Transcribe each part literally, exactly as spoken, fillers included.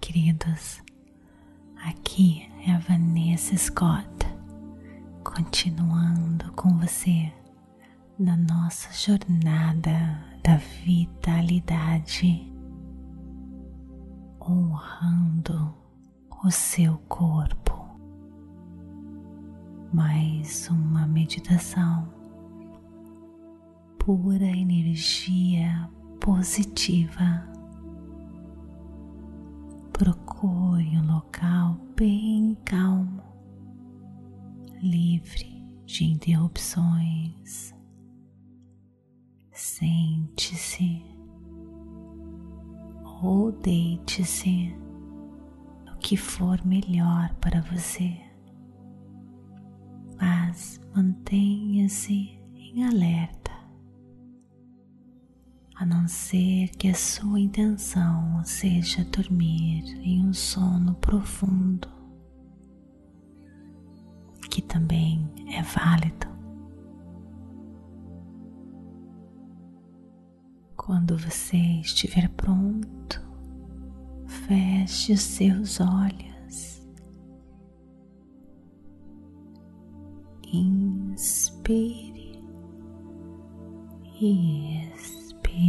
queridos, aqui é a Vanessa Scott, continuando com você na nossa jornada da vitalidade, honrando o seu corpo. Mais uma meditação, pura energia positiva. Procure um local bem calmo, livre de interrupções. Sente-se ou deite-se no que for melhor para você, mas mantenha-se em alerta, a não ser que a sua intenção seja dormir em um sono profundo, que também é válido. Quando você estiver pronto, feche os seus olhos, inspire e expire.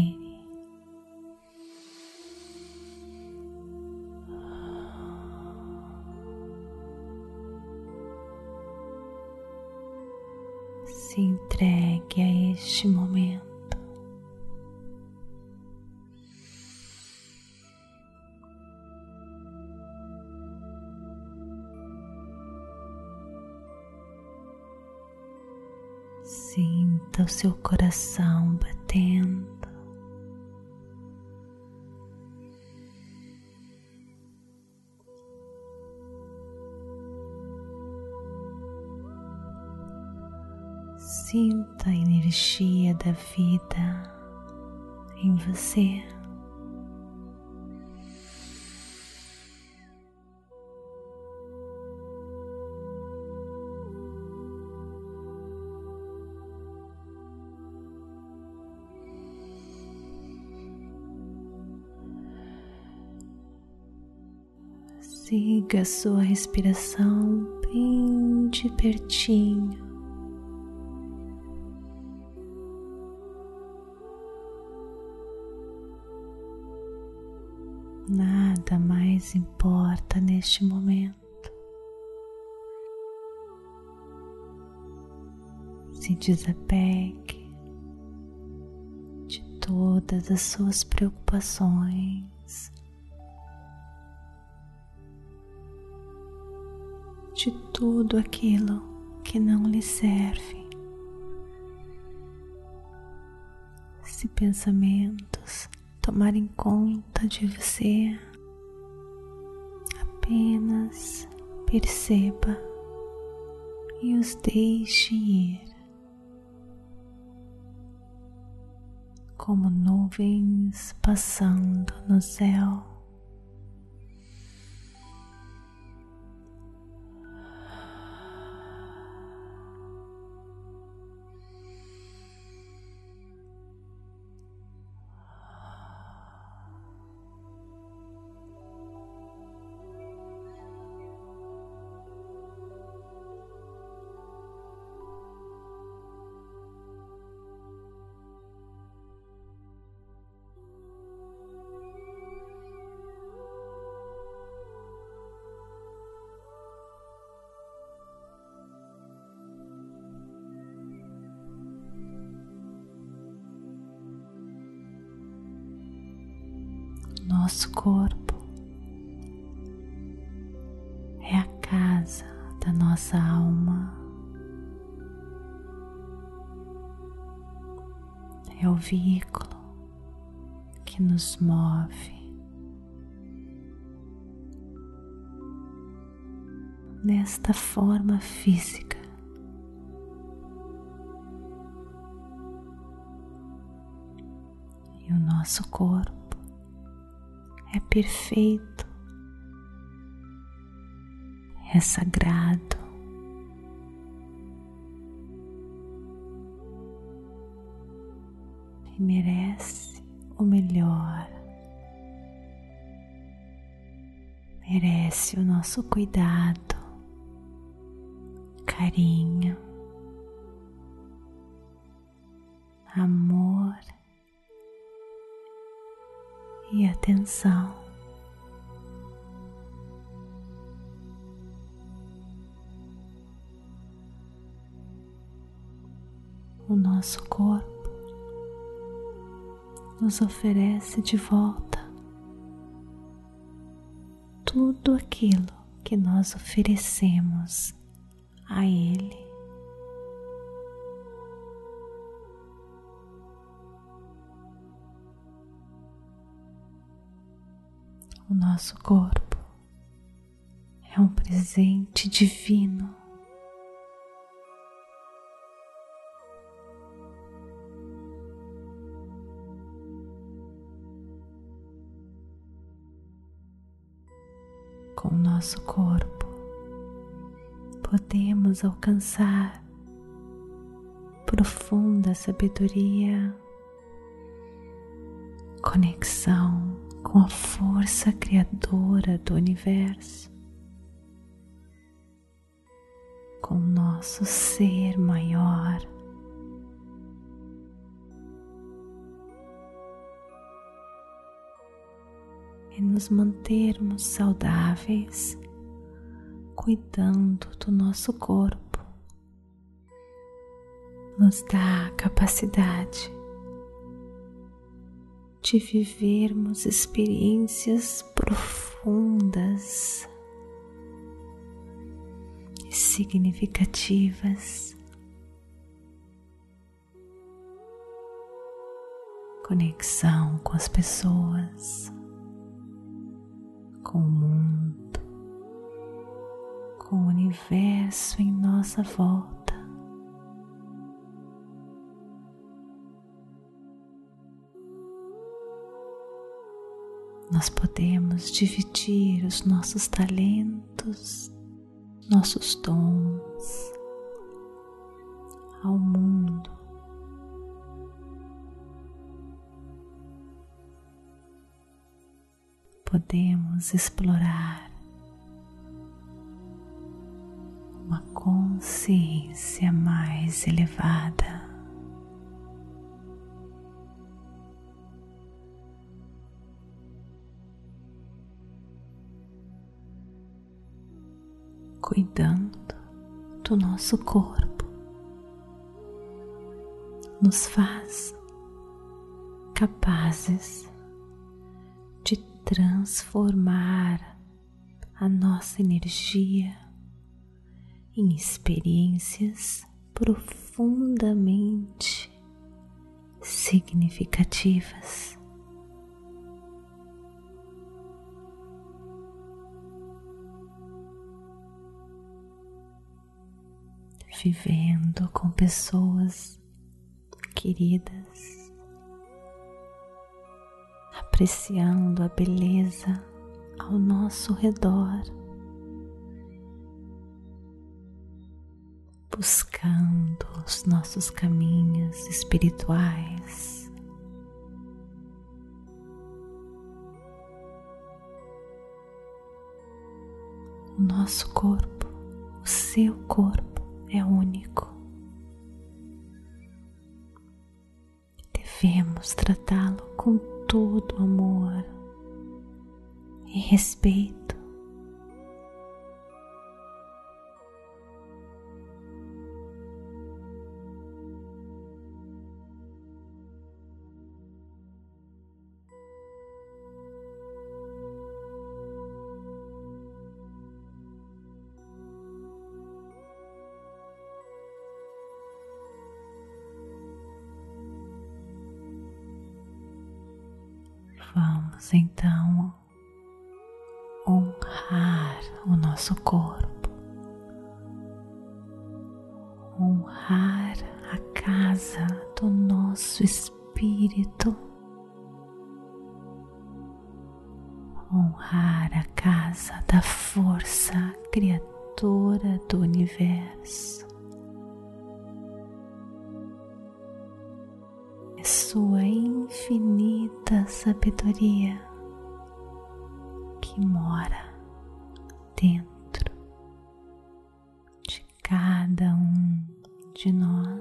Se entregue a este momento. Sinta o seu coração batendo. Sinta a energia da vida em você. Siga a sua respiração bem de pertinho. Nada mais importa neste momento. Se desapegue de todas as suas preocupações, de tudo aquilo que não lhe serve. Se pensamentos tomarem conta de você, apenas perceba e os deixe ir, como nuvens passando no céu. Nosso corpo é a casa da nossa alma, é o veículo que nos move. Nesta forma física, e o nosso corpo é perfeito, é sagrado, e merece o melhor. merece o nosso cuidado, carinho, amor e atenção. O nosso corpo nos oferece de volta tudo aquilo que nós oferecemos a Ele. O nosso corpo é um presente divino. Com o nosso corpo, podemos alcançar profunda sabedoria, conexão com a força criadora do universo, com o nosso ser maior. E nos mantermos saudáveis, cuidando do nosso corpo, nos dá a capacidade de vivermos experiências profundas e significativas, conexão com as pessoas, com o mundo, com o universo em nossa volta. Nós podemos dividir os nossos talentos, nossos dons ao mundo. Podemos explorar uma consciência mais elevada. Cuidando do nosso corpo, nos faz capazes de transformar a nossa energia em experiências profundamente significativas. Vivendo com pessoas queridas, apreciando a beleza ao nosso redor, buscando os nossos caminhos espirituais, o nosso corpo, o seu corpo é único. Devemos tratá-lo com todo amor e respeito. Vamos então honrar o nosso corpo, honrar a casa do nosso espírito, honrar a casa da força criadora do universo. Sua infinita sabedoria que mora dentro de cada um de nós.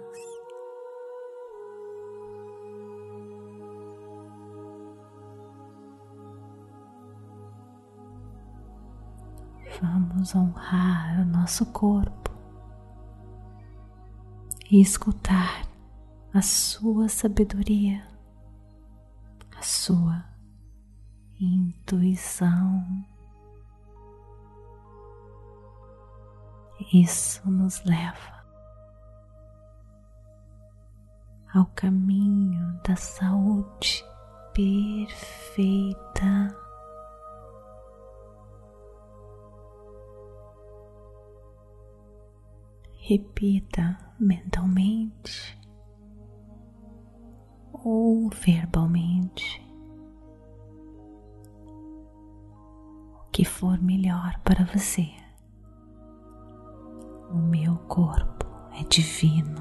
Vamos honrar o nosso corpo e escutar a sua sabedoria, a sua intuição. Isso nos leva ao caminho da saúde perfeita. Repita mentalmente ou verbalmente o que for melhor para você. O meu corpo é divino.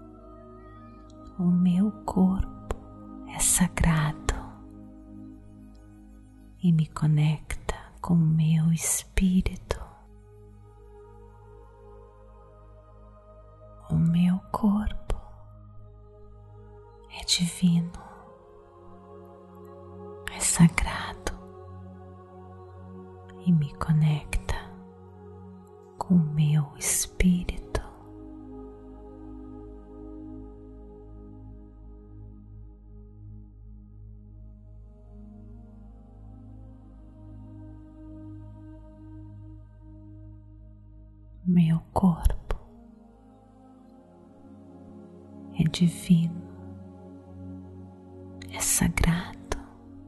O meu corpo é sagrado e me conecta com o meu espírito. O meu corpo é divino, é sagrado e me conecta com o meu espírito. Meu corpo é divino, é sagrado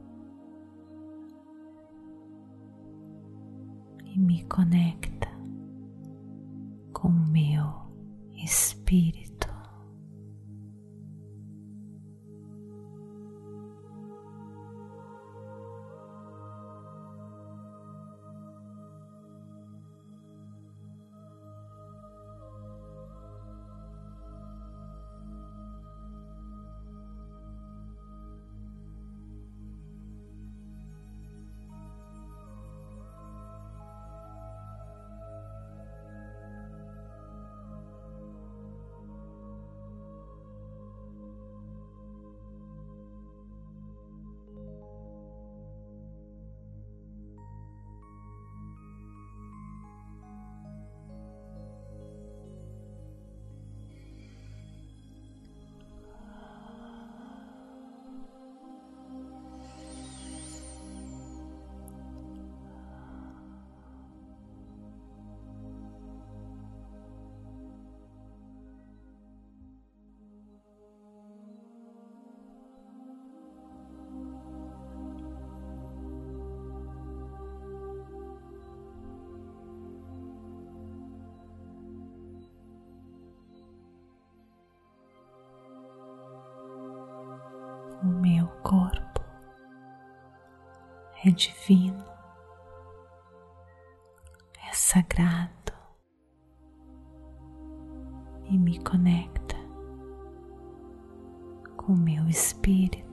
e me conecta com o meu espírito. O meu corpo é divino, é sagrado e me conecta com o meu espírito.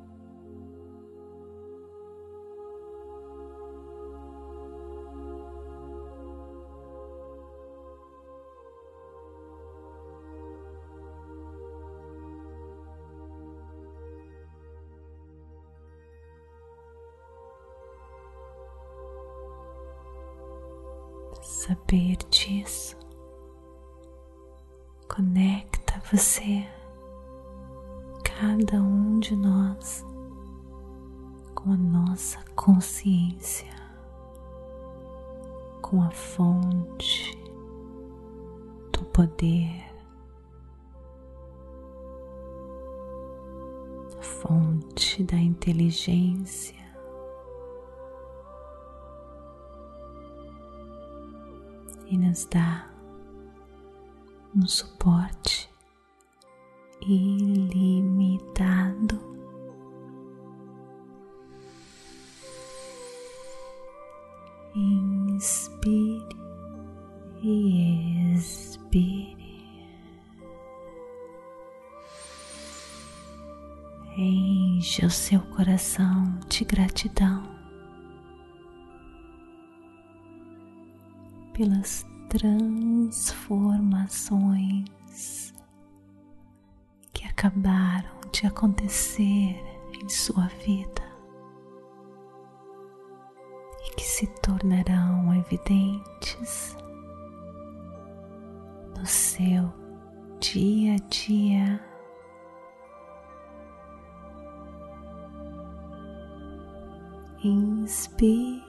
Saber disso conecta você, cada um de nós, com a nossa consciência, com a fonte do poder, a fonte da inteligência. E nos dá um suporte ilimitado. Inspire e expire. Encha o seu coração de gratidão pelas transformações que acabaram de acontecer em sua vida e que se tornarão evidentes no seu dia a dia. Inspire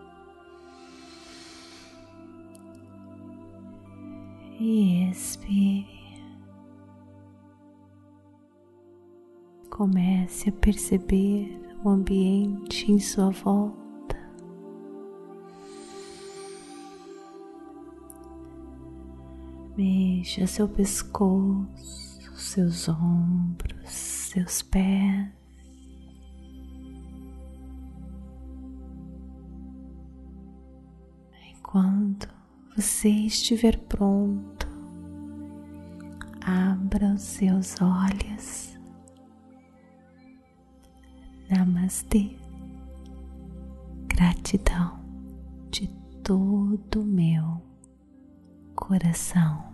e expire. Comece a perceber o ambiente em sua volta. Mexa seu pescoço, seus ombros, seus pés. Quando você estiver pronto, abra os seus olhos. Namastê. Gratidão de todo o meu coração.